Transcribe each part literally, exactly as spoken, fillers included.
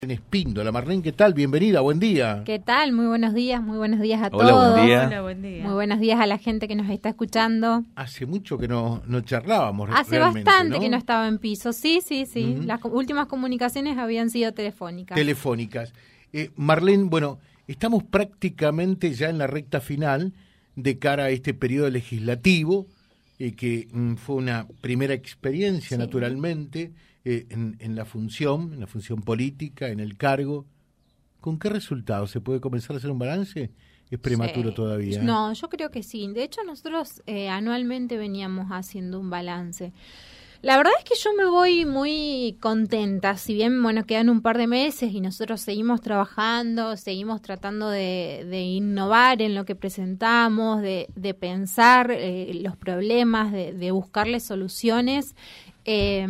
Espíndola. Marlene, ¿qué tal? Bienvenida, buen día. ¿Qué tal? Muy buenos días, muy buenos días a Hola, todos. buen día. Hola, buen día. Muy buenos días a la gente que nos está escuchando. Hace mucho que no, no charlábamos. Hace bastante ¿no? que no estaba en piso, sí, sí, sí. Uh-huh. Las co- últimas comunicaciones habían sido telefónicas. Telefónicas. Eh, Marlene, bueno, estamos prácticamente ya en la recta final de cara a este periodo legislativo, eh, que mm, fue una primera experiencia, sí. naturalmente, eh, en, en la función, en la función política, en el cargo. ¿Con qué resultados? ¿Se puede comenzar a hacer un balance? ¿Es prematuro sí. todavía? No, yo creo que sí. De hecho, nosotros eh, anualmente veníamos haciendo un balance. La verdad es que yo me voy muy contenta, si bien, bueno, quedan un par de meses y nosotros seguimos trabajando, seguimos tratando de, de innovar en lo que presentamos, de, de pensar eh, los problemas, de, de buscarle soluciones. Eh,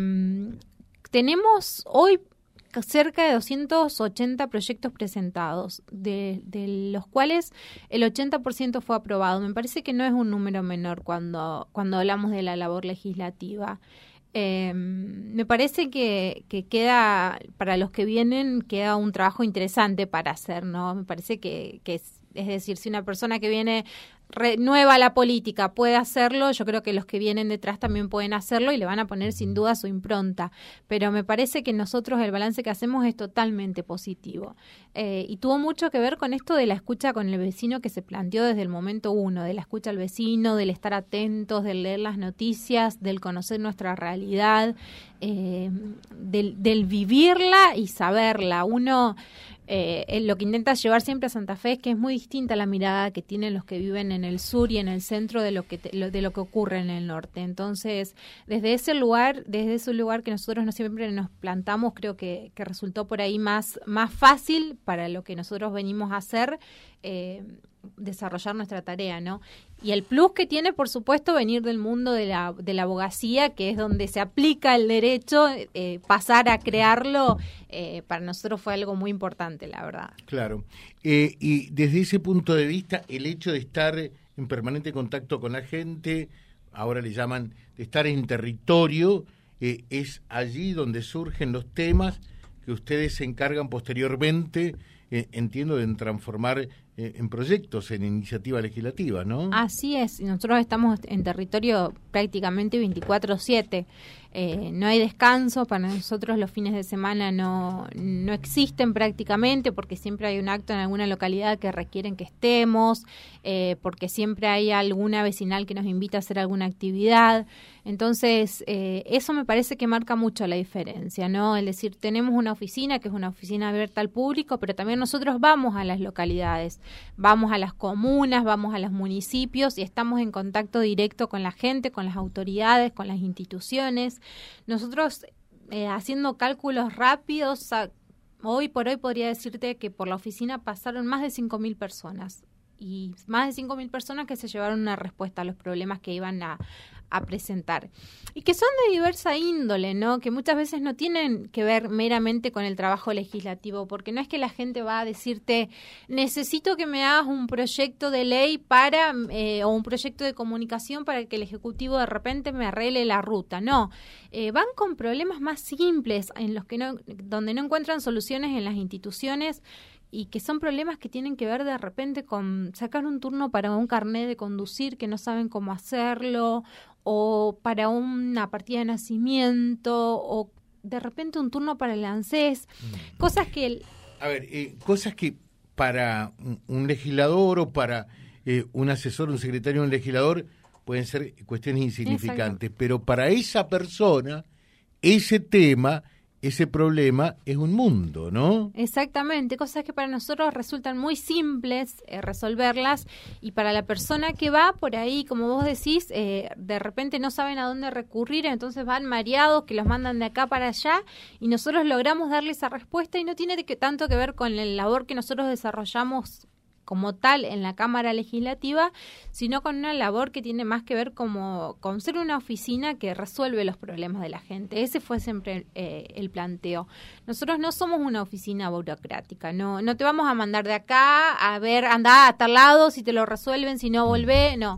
tenemos hoy cerca de doscientos ochenta proyectos presentados, de, de los cuales el ochenta por ciento fue aprobado. Me parece que no es un número menor cuando, cuando hablamos de la labor legislativa. Eh, me parece que, que queda, para los que vienen, queda un trabajo interesante para hacer, ¿no? Me parece que, que es, es decir, si una persona que viene re, nueva a la política puede hacerlo, yo creo que los que vienen detrás también pueden hacerlo y le van a poner sin duda su impronta. Pero me parece que nosotros el balance que hacemos es totalmente positivo. Eh, y tuvo mucho que ver con esto de la escucha con el vecino que se planteó desde el momento uno, de la escucha al vecino, del estar atentos, del leer las noticias, del conocer nuestra realidad, eh, del, del vivirla y saberla. Uno eh, lo que intenta llevar siempre a Santa Fe es que es muy distinta la mirada que tienen los que viven en el sur y en el centro de lo que te, lo, de lo que ocurre en el norte. Entonces, desde ese lugar, desde ese lugar que nosotros no siempre nos plantamos, creo que, que resultó por ahí más, más fácil para lo que nosotros venimos a hacer, eh, desarrollar nuestra tarea, ¿no? Y el plus que tiene, por supuesto, venir del mundo de la, de la abogacía, que es donde se aplica el derecho, eh, pasar a crearlo, eh, para nosotros fue algo muy importante, la verdad. Claro. Eh, y desde ese punto de vista, el hecho de estar en permanente contacto con la gente, ahora le llaman de estar en territorio, eh, es allí donde surgen los temas que ustedes se encargan posteriormente, eh, entiendo, de transformar eh, en proyectos, en iniciativa legislativa, ¿no? Así es, nosotros estamos en territorio prácticamente veinticuatro siete, eh, no hay descanso, para nosotros los fines de semana no, no existen prácticamente, porque siempre hay un acto en alguna localidad que requieren que estemos, eh, porque siempre hay alguna vecinal que nos invita a hacer alguna actividad. Entonces, eh, eso me parece que marca mucho la diferencia, ¿no? Es decir, tenemos una oficina que es una oficina abierta al público, pero también nosotros vamos a las localidades, vamos a las comunas, vamos a los municipios y estamos en contacto directo con la gente, con las autoridades, con las instituciones. Nosotros, eh, haciendo cálculos rápidos, a, hoy por hoy podría decirte que por la oficina pasaron más de cinco mil personas. Y más de cinco mil personas que se llevaron una respuesta a los problemas que iban a, a presentar. Y que son de diversa índole, ¿no? Que muchas veces no tienen que ver meramente con el trabajo legislativo, porque no es que la gente va a decirte, necesito que me hagas un proyecto de ley para, eh, o un proyecto de comunicación para que el Ejecutivo de repente me arregle la ruta. No, eh, van con problemas más simples, en los que no, donde no encuentran soluciones en las instituciones, y que son problemas que tienen que ver de repente con sacar un turno para un carnet de conducir que no saben cómo hacerlo, o para una partida de nacimiento, o de repente un turno para el ANSES, mm. cosas que... El... A ver, eh, cosas que para un legislador o para eh, un asesor, un secretario, un legislador, pueden ser cuestiones insignificantes, Exacto. pero para esa persona, ese tema... ese problema es un mundo, ¿no? Exactamente, cosas que para nosotros resultan muy simples eh, resolverlas, y para la persona que va por ahí, como vos decís, eh, de repente no saben a dónde recurrir, entonces van mareados, que los mandan de acá para allá, y nosotros logramos darle esa respuesta, y no tiene que, tanto que ver con la labor que nosotros desarrollamos como tal en la Cámara Legislativa, sino con una labor que tiene más que ver como con ser una oficina que resuelve los problemas de la gente. Ese fue siempre eh, el planteo. Nosotros no somos una oficina burocrática, no no te vamos a mandar de acá a ver, andá a tal lado, si te lo resuelven, si no volvé, no.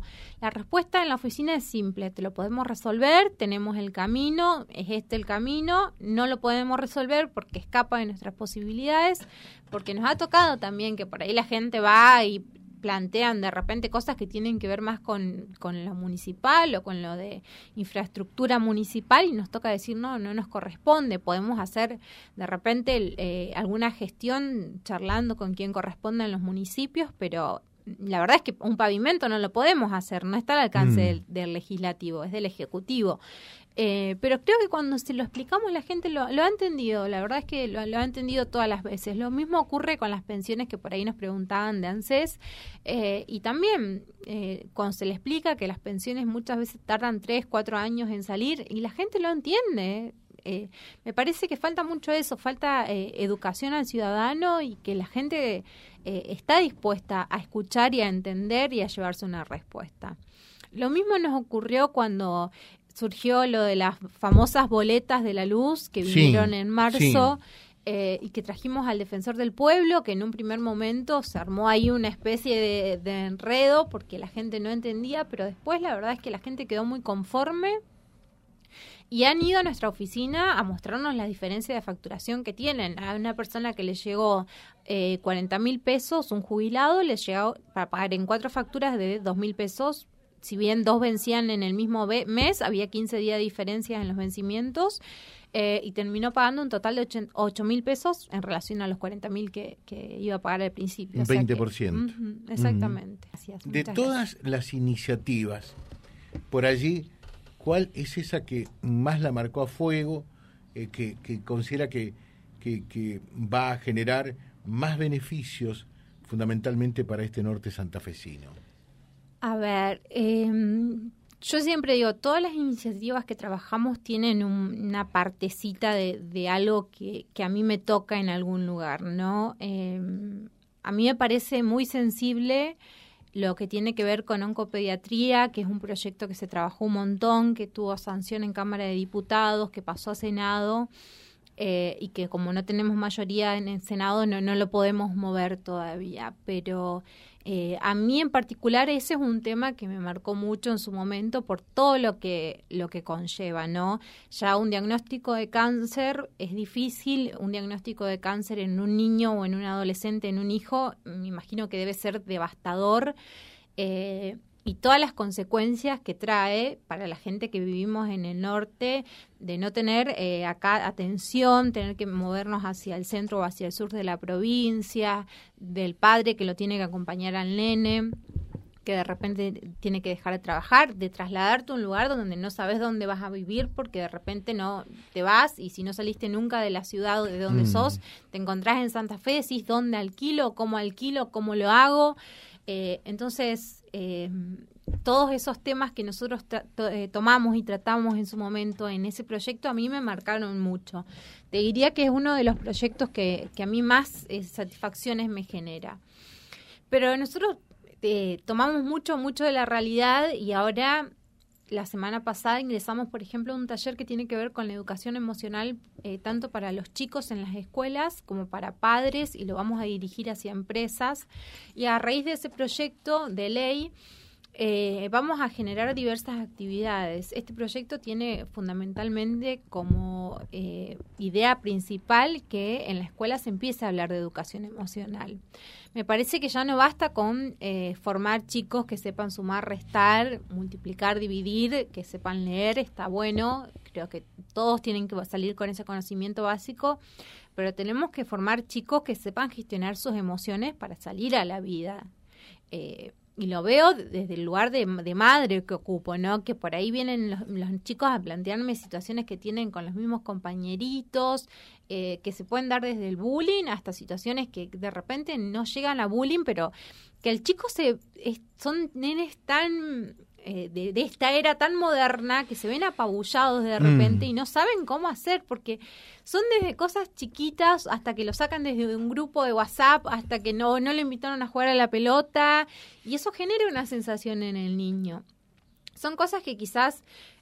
La respuesta en la oficina es simple, te lo podemos resolver, tenemos el camino, es este el camino, no lo podemos resolver porque escapa de nuestras posibilidades, porque nos ha tocado también que por ahí la gente va y plantean de repente cosas que tienen que ver más con, con lo municipal o con lo de infraestructura municipal y nos toca decir no, no nos corresponde, podemos hacer de repente eh, alguna gestión charlando con quien corresponda en los municipios, pero la verdad es que un pavimento no lo podemos hacer, no está al alcance mm. del, del legislativo, es del ejecutivo. Eh, pero creo que cuando se lo explicamos la gente lo, lo ha entendido, la verdad es que lo, lo ha entendido todas las veces. Lo mismo ocurre con las pensiones que por ahí nos preguntaban de ANSES eh, y también eh, cuando se le explica que las pensiones muchas veces tardan tres, cuatro años en salir y la gente lo entiende. Eh, me parece que falta mucho eso, falta eh, educación al ciudadano y que la gente eh, está dispuesta a escuchar y a entender y a llevarse una respuesta. Lo mismo nos ocurrió cuando surgió lo de las famosas boletas de la luz que vinieron sí, en marzo sí. eh, y que trajimos al defensor del pueblo, que en un primer momento se armó ahí una especie de, de enredo porque la gente no entendía, pero después la verdad es que la gente quedó muy conforme y han ido a nuestra oficina a mostrarnos la diferencia de facturación que tienen. A una persona que le llegó eh, cuarenta mil pesos, un jubilado, le llegó para pagar en cuatro facturas de dos mil pesos. Si bien dos vencían en el mismo mes, había quince días de diferencia en los vencimientos eh, y terminó pagando un total de ocho mil pesos en relación a los cuarenta mil que, que iba a pagar al principio. Un veinte por ciento. O sea que, uh-huh, exactamente. Uh-huh. Gracias, de todas gracias. Las iniciativas, por allí, ¿cuál es esa que más la marcó a fuego, eh, que, que considera que, que, que va a generar más beneficios fundamentalmente para este norte santafesino? A ver, eh, yo siempre digo, todas las iniciativas que trabajamos tienen un, una partecita de, de algo que, que a mí me toca en algún lugar, ¿no? Eh, a mí me parece muy sensible lo que tiene que ver con oncopediatría, que es un proyecto que se trabajó un montón, que tuvo sanción en Cámara de Diputados, que pasó a Senado, eh, y que como no tenemos mayoría en el Senado no, no lo podemos mover todavía, pero eh, a mí en particular ese es un tema que me marcó mucho en su momento por todo lo que lo que conlleva, ¿no? Ya un diagnóstico de cáncer es difícil, un diagnóstico de cáncer en un niño o en un adolescente, en un hijo, me imagino que debe ser devastador, eh, y todas las consecuencias que trae para la gente que vivimos en el norte de no tener eh, acá atención, tener que movernos hacia el centro o hacia el sur de la provincia, del padre que lo tiene que acompañar al nene, que de repente tiene que dejar de trabajar, de trasladarte a un lugar donde no sabes dónde vas a vivir porque de repente no te vas y si no saliste nunca de la ciudad de donde mm. sos, te encontrás en Santa Fe, decís dónde alquilo, cómo alquilo, cómo lo hago. Eh, entonces, eh, todos esos temas que nosotros tra- to- eh, tomamos y tratamos en su momento en ese proyecto a mí me marcaron mucho. Te diría que es uno de los proyectos que, que a mí más eh, satisfacciones me genera. Pero nosotros eh, tomamos mucho, mucho de la realidad y ahora la semana pasada ingresamos, por ejemplo, a un taller que tiene que ver con la educación emocional, eh, tanto para los chicos en las escuelas como para padres, y lo vamos a dirigir hacia empresas. Y a raíz de ese proyecto de ley, eh, vamos a generar diversas actividades. Este proyecto tiene fundamentalmente como eh, idea principal que en la escuela se empiece a hablar de educación emocional. Me parece que ya no basta con eh, formar chicos que sepan sumar, restar, multiplicar, dividir, que sepan leer, está bueno, creo que todos tienen que salir con ese conocimiento básico, pero tenemos que formar chicos que sepan gestionar sus emociones para salir a la vida. Eh, y lo veo desde el lugar de, de madre que ocupo, ¿no? Que por ahí vienen los, los chicos a plantearme situaciones que tienen con los mismos compañeritos, eh, que se pueden dar desde el bullying hasta situaciones que de repente no llegan a bullying, pero que el chico se es, son nenes tan eh, de, de esta era tan moderna que se ven apabullados de repente mm. y no saben cómo hacer, porque son desde cosas chiquitas hasta que lo sacan desde un grupo de WhatsApp, hasta que no, no le invitaron a jugar a la pelota, y eso genera una sensación en el niño. Son cosas que quizás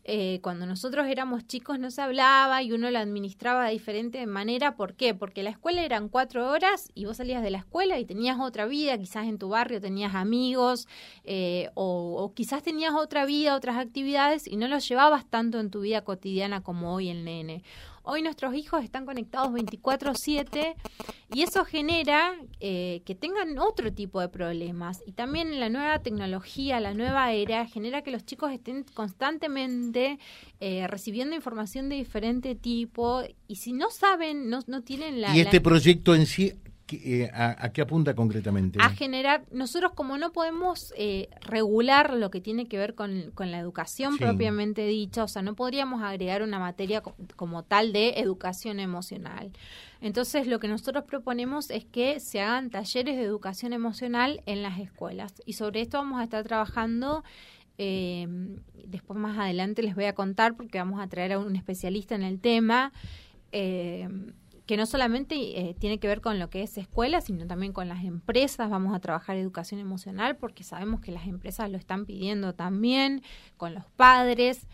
Eh, cuando nosotros éramos chicos no se hablaba y uno lo administraba de diferente manera. ¿Por qué? Porque la escuela eran cuatro horas y vos salías de la escuela y tenías otra vida, quizás en tu barrio tenías amigos eh, o, o quizás tenías otra vida, otras actividades y no los llevabas tanto en tu vida cotidiana como hoy el nene. Hoy nuestros hijos están conectados veinticuatro siete y eso genera eh, que tengan otro tipo de problemas. Y también la nueva tecnología, la nueva era, genera que los chicos estén constantemente eh, recibiendo información de diferente tipo. Y si no saben, no, no tienen la... Y este la... proyecto en sí... Eh, a, ¿A qué apunta concretamente? A generar, nosotros como no podemos eh, regular lo que tiene que ver con, con la educación sí. propiamente dicha, o sea, no podríamos agregar una materia co- como tal de educación emocional. Entonces, lo que nosotros proponemos es que se hagan talleres de educación emocional en las escuelas. Y sobre esto vamos a estar trabajando. Eh, después más adelante les voy a contar porque vamos a traer a un especialista en el tema. Eh, que no solamente eh, tiene que ver con lo que es escuela, sino también con las empresas. Vamos a trabajar educación emocional porque sabemos que las empresas lo están pidiendo también, con los padres,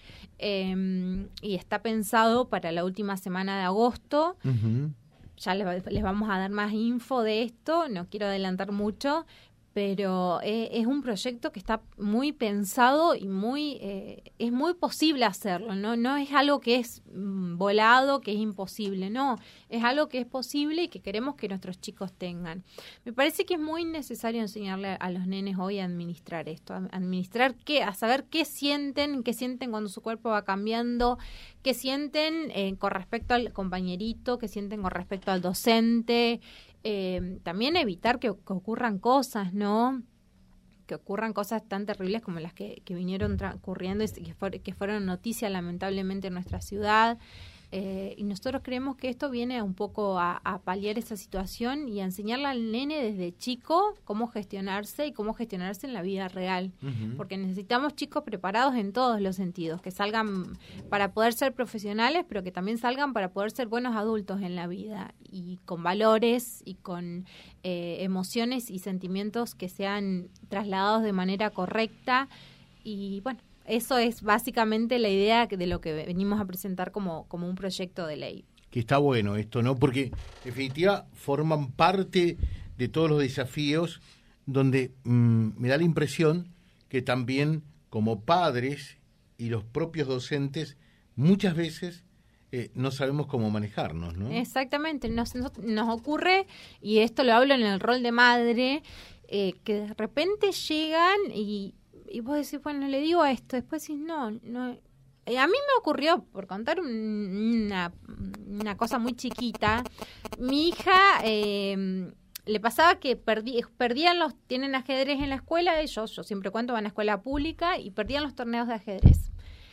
eh, y está pensado para la última semana de agosto. Uh-huh. Ya les, les vamos a dar más info de esto, no quiero adelantar mucho, pero eh, es un proyecto que está muy pensado y muy eh, es muy posible hacerlo, ¿no? No es algo que es mm, volado, que es imposible, no, es algo que es posible y que queremos que nuestros chicos tengan. Me parece que es muy necesario enseñarle a, a los nenes hoy a administrar esto, a administrar qué, a saber qué sienten, qué sienten cuando su cuerpo va cambiando, qué sienten eh, con respecto al compañerito, qué sienten con respecto al docente. Eh, también evitar que, que ocurran cosas, ¿no? Que ocurran cosas tan terribles como las que, que vinieron ocurriendo y que, for, que fueron noticia lamentablemente en nuestra ciudad. Eh, y nosotros creemos que esto viene un poco a, a paliar esa situación y a enseñarle al nene desde chico cómo gestionarse y cómo gestionarse en la vida real. Uh-huh. Porque necesitamos chicos preparados en todos los sentidos, que salgan para poder ser profesionales, pero que también salgan para poder ser buenos adultos en la vida y con valores y con eh, emociones y sentimientos que sean trasladados de manera correcta. Y bueno, eso es básicamente la idea de lo que venimos a presentar como, como un proyecto de ley. Que está bueno esto, ¿no? Porque, en definitiva, forman parte de todos los desafíos donde mmm, me da la impresión que también como padres y los propios docentes muchas veces eh, no sabemos cómo manejarnos, ¿no? Exactamente. Nos, nos, nos ocurre, y esto lo hablo en el rol de madre, eh, que de repente llegan y... Y vos decís, bueno, le digo esto, después decís, no, no. Eh, a mí me ocurrió, por contar un, una, una cosa muy chiquita, mi hija eh, le pasaba que perdí, perdían los, tienen ajedrez en la escuela, ellos, yo siempre cuento, van a escuela pública, y perdían los torneos de ajedrez.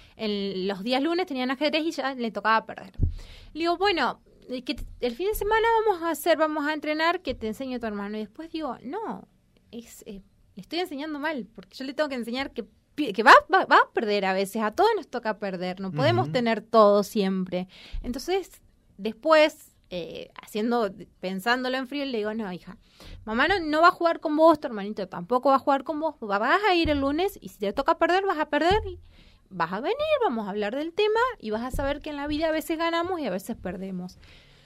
En los días lunes tenían ajedrez y ya le tocaba perder. Le digo, bueno, que el fin de semana vamos a hacer, vamos a entrenar, que te enseñe tu hermano. Y después digo, no, es... Eh, le estoy enseñando mal, porque yo le tengo que enseñar que, que va, va, va a perder a veces, a todos nos toca perder, no podemos uh-huh. tener todo siempre. Entonces, después, eh, haciendo, pensándolo en frío, le digo, no, hija, mamá no, no va a jugar con vos, tu hermanito tampoco va a jugar con vos, vas a ir el lunes y si te toca perder, vas a perder y vas a venir, vamos a hablar del tema y vas a saber que en la vida a veces ganamos y a veces perdemos.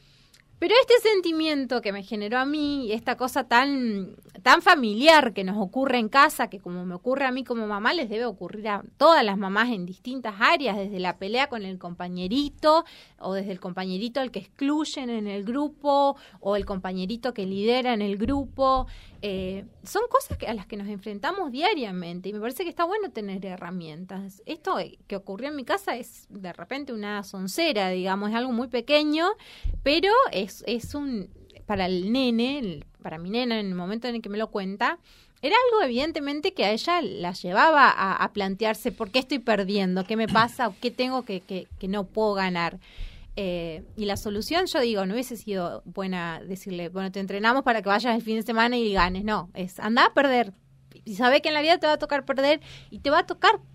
Pero este sentimiento que me generó a mí, esta cosa tan tan familiar que nos ocurre en casa, que como me ocurre a mí como mamá, les debe ocurrir a todas las mamás en distintas áreas, desde la pelea con el compañerito, o desde el compañerito al que excluyen en el grupo, o el compañerito que lidera en el grupo. Eh, son cosas que, a las que nos enfrentamos diariamente y me parece que está bueno tener herramientas. Esto que ocurrió en mi casa es de repente una soncera, digamos, es algo muy pequeño, pero es, es un, para el nene, para mi nena en el momento en el que me lo cuenta, era algo evidentemente que a ella la llevaba a, a plantearse por qué estoy perdiendo, qué me pasa, qué tengo que, que, que no puedo ganar. Eh, y la solución, yo digo, no hubiese sido buena decirle, bueno, te entrenamos para que vayas el fin de semana y ganes. No, es andá a perder. Y sabés que en la vida te va a tocar perder y te va a tocar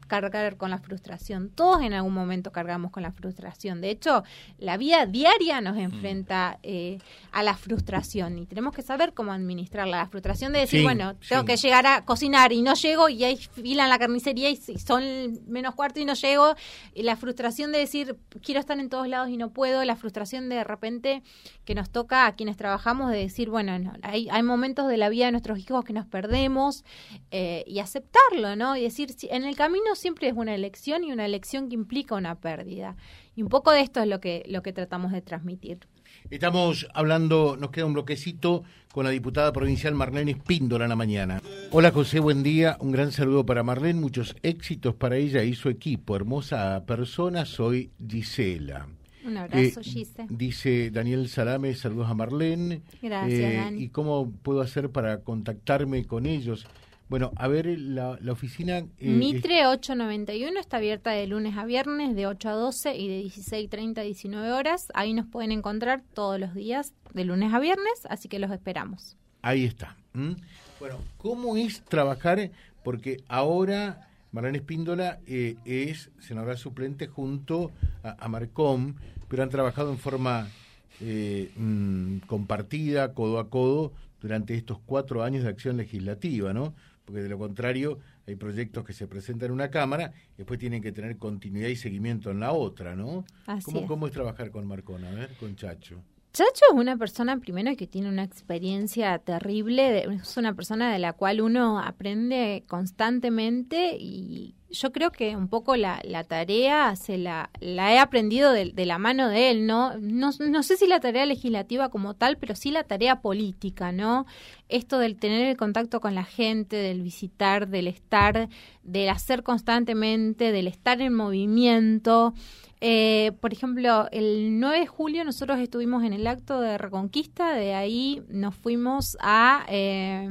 cargar con la frustración. Todos en algún momento cargamos con la frustración. De hecho, la vida diaria nos enfrenta eh, a la frustración y tenemos que saber cómo administrarla. La frustración de decir, sí, bueno, tengo sí. que llegar a cocinar y no llego y hay fila en la carnicería y son menos cuarto y no llego. Y la frustración de decir, quiero estar en todos lados y no puedo. La frustración de de repente que nos toca a quienes trabajamos de decir, bueno, no, hay, hay momentos de la vida de nuestros hijos que nos perdemos eh, y aceptarlo, ¿no? Y decir, si, en el camino siempre es una elección y una elección que implica una pérdida. Y un poco de esto es lo que, lo que tratamos de transmitir. Estamos hablando, nos queda un bloquecito con la diputada provincial Marlene Espíndola en la mañana. Hola José, buen día, un gran saludo para Marlene, muchos éxitos para ella y su equipo. Hermosa persona, soy Gisela. Un abrazo, eh, Gise. Dice Daniel Salame, saludos a Marlene. Gracias, eh, Dani. ¿Y cómo puedo hacer para contactarme con ellos? Bueno, a ver, la, la oficina... Eh, Mitre ochocientos noventa y uno está abierta de lunes a viernes de ocho a doce y de dieciséis treinta a diecinueve horas. Ahí nos pueden encontrar todos los días de lunes a viernes, así que los esperamos. Ahí está. ¿Mm? Bueno, ¿cómo es trabajar? Porque ahora Marlene Espíndola eh, es senadora suplente junto a, a Marcom, pero han trabajado en forma eh, mmm, compartida, codo a codo, durante estos cuatro años de acción legislativa, ¿no? Porque de lo contrario hay proyectos que se presentan en una Cámara y después tienen que tener continuidad y seguimiento en la otra, ¿no? Así ¿Cómo, es. ¿Cómo es trabajar con Marcón? A ver, con Chacho. Chacho es una persona, primero, que tiene una experiencia terrible, es una persona de la cual uno aprende constantemente y yo creo que un poco la, la tarea se la, la he aprendido de, de la mano de él, ¿no? ¿no? No sé si la tarea legislativa como tal, pero sí la tarea política, ¿no? Esto del tener el contacto con la gente, del visitar, del estar, del hacer constantemente, del estar en movimiento. Eh, por ejemplo, el nueve de julio nosotros estuvimos en el acto de Reconquista, de ahí nos fuimos a eh,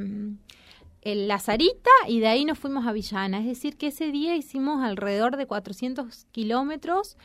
el Lazarita y de ahí nos fuimos a Villana. Es decir, que ese día hicimos alrededor de cuatrocientos kilómetros.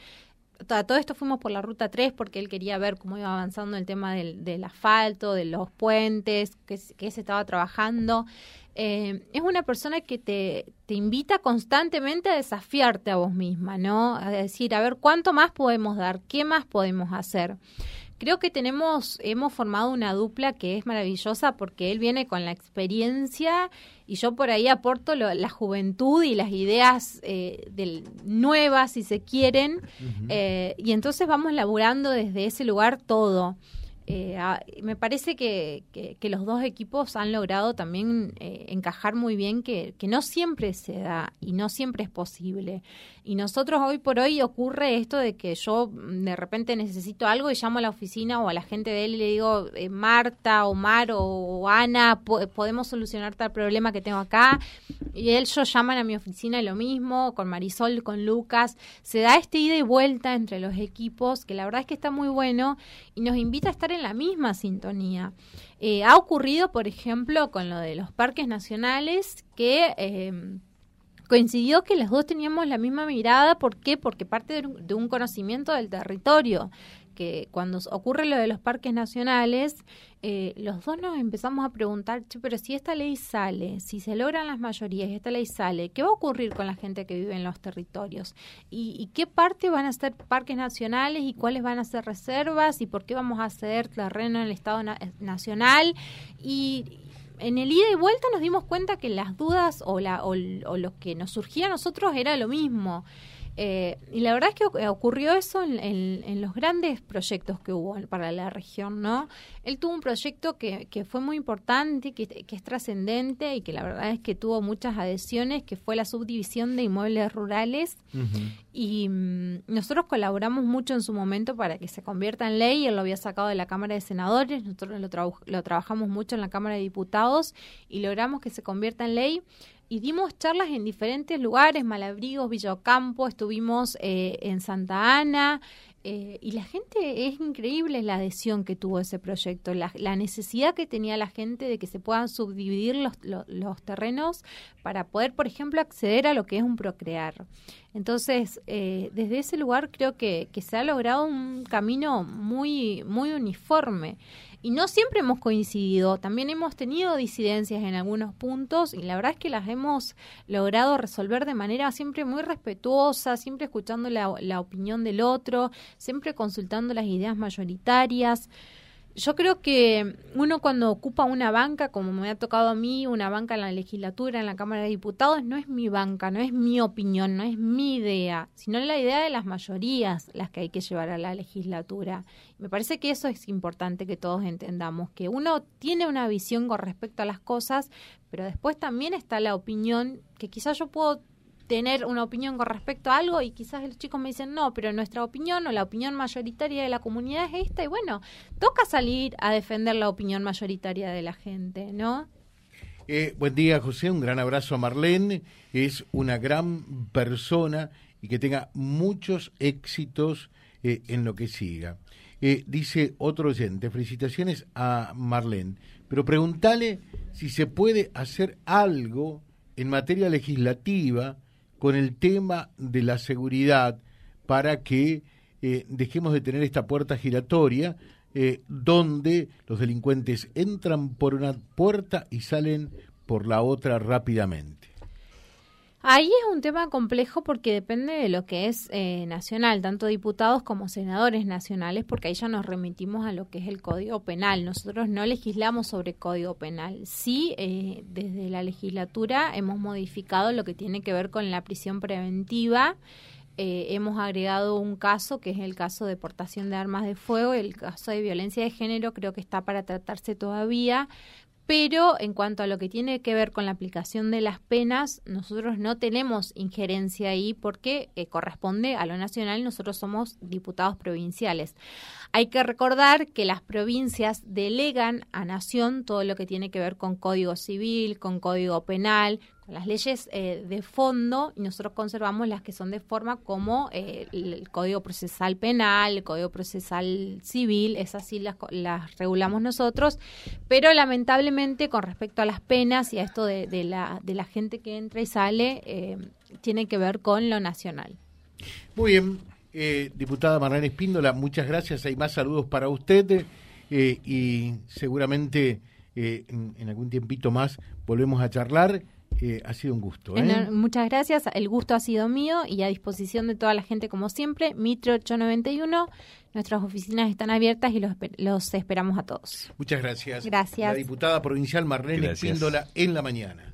A todo esto fuimos por la ruta tres porque él quería ver cómo iba avanzando el tema del, del asfalto, de los puentes, que, que se estaba trabajando. Eh, es una persona que te, te invita constantemente a desafiarte a vos misma, ¿no? A decir, a ver, ¿cuánto más podemos dar? ¿Qué más podemos hacer? Creo que tenemos, hemos formado una dupla que es maravillosa porque él viene con la experiencia y yo por ahí aporto lo, la juventud y las ideas eh, del, nuevas, si se quieren, uh-huh. eh, y entonces vamos laburando desde ese lugar todo. Eh, a, me parece que, que, que los dos equipos han logrado también eh, encajar muy bien, que, que no siempre se da y no siempre es posible. Y nosotros hoy por hoy ocurre esto de que yo de repente necesito algo y llamo a la oficina o a la gente de él y le digo, eh, Marta, Omar o, o Ana, po- podemos solucionar tal problema que tengo acá. Y ellos llaman a mi oficina y lo mismo, con Marisol, con Lucas. Se da este ida y vuelta entre los equipos, que la verdad es que está muy bueno y nos invita a estar en la misma sintonía. Eh, ha ocurrido, por ejemplo, con lo de los parques nacionales, que eh, coincidió que las dos teníamos la misma mirada. ¿Por qué? Porque parte de un, de un conocimiento del territorio, que cuando ocurre lo de los parques nacionales, eh, los dos nos empezamos a preguntar, che, pero si esta ley sale, si se logran las mayorías y esta ley sale, ¿qué va a ocurrir con la gente que vive en los territorios? ¿Y, y qué parte van a ser parques nacionales y cuáles van a ser reservas? ¿Y por qué vamos a ceder terreno en el Estado na- nacional? Y en el ida y vuelta nos dimos cuenta que las dudas o, la, o, o lo que nos surgía a nosotros era lo mismo. Eh, y la verdad es que ocurrió eso en, en, en los grandes proyectos que hubo para la región, ¿no? Él tuvo un proyecto que, que fue muy importante, que, que es trascendente y que la verdad es que tuvo muchas adhesiones, que fue la subdivisión de inmuebles rurales. Uh-huh. Y mm, nosotros colaboramos mucho en su momento para que se convierta en ley. Él lo había sacado de la Cámara de Senadores, nosotros lo, tra- lo trabajamos mucho en la Cámara de Diputados y logramos que se convierta en ley. Y dimos charlas en diferentes lugares, Malabrigos, Villa Ocampo, estuvimos eh, en Santa Ana, eh, y la gente, es increíble la adhesión que tuvo ese proyecto, la, la necesidad que tenía la gente de que se puedan subdividir los, los, los terrenos para poder, por ejemplo, acceder a lo que es un procrear. Entonces, eh, desde ese lugar creo que, que se ha logrado un camino muy, muy uniforme. y no siempre hemos coincidido, también hemos tenido disidencias en algunos puntos y la verdad es que las hemos logrado resolver de manera siempre muy respetuosa, siempre escuchando la, la opinión del otro, siempre consultando las ideas mayoritarias. Yo creo que uno cuando ocupa una banca, como me ha tocado a mí, una banca en la legislatura, en la Cámara de Diputados, no es mi banca, no es mi opinión, no es mi idea, sino la idea de las mayorías las que hay que llevar a la legislatura. Me parece que eso es importante que todos entendamos, que uno tiene una visión con respecto a las cosas, pero después también está la opinión, que quizás yo puedo tener una opinión con respecto a algo y quizás los chicos me dicen no, pero nuestra opinión o la opinión mayoritaria de la comunidad es esta y bueno, toca salir a defender la opinión mayoritaria de la gente, ¿no? Eh, buen día, José, un gran abrazo a Marlene, es una gran persona y que tenga muchos éxitos eh, en lo que siga. Eh, dice otro oyente, felicitaciones a Marlene, pero preguntale si se puede hacer algo en materia legislativa con el tema de la seguridad para que eh, dejemos de tener esta puerta giratoria eh, donde los delincuentes entran por una puerta y salen por la otra rápidamente. Ahí es un tema complejo porque depende de lo que es eh, nacional, tanto diputados como senadores nacionales, porque ahí ya nos remitimos a lo que es el Código Penal. Nosotros no legislamos sobre Código Penal. Sí, eh, desde la legislatura hemos modificado lo que tiene que ver con la prisión preventiva. Eh, hemos agregado un caso, que es el caso de portación de armas de fuego. El caso de violencia de género creo que está para tratarse todavía. Pero en cuanto a lo que tiene que ver con la aplicación de las penas, nosotros no tenemos injerencia ahí porque eh, corresponde a lo nacional, nosotros somos diputados provinciales. Hay que recordar que las provincias delegan a Nación todo lo que tiene que ver con Código Civil, con Código Penal, con las leyes eh, de fondo, y nosotros conservamos las que son de forma como eh, el Código Procesal Penal, el Código Procesal Civil, esas sí las, las regulamos nosotros, pero lamentablemente con respecto a las penas y a esto de, de, la, de la gente que entra y sale, eh, tiene que ver con lo nacional. Muy bien. Eh, diputada Marlene Espíndola, muchas gracias. Hay más saludos para usted eh, y seguramente eh, en, en algún tiempito más volvemos a charlar. Eh, ha sido un gusto. ¿eh? Muchas gracias, el gusto ha sido mío y a disposición de toda la gente como siempre. Mitre ocho noventa y uno, nuestras oficinas están abiertas y los, los esperamos a todos. Muchas gracias. Gracias. La diputada provincial Marlene Espíndola en la mañana.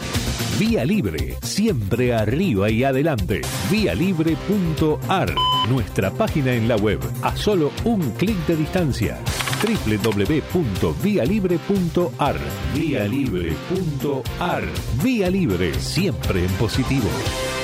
Vía Libre, siempre arriba y adelante. vía libre punto a r, nuestra página en la web, a solo un clic de distancia. doble u doble u doble u punto vía libre punto a r. vía libre punto a r. Vía Libre, siempre en positivo.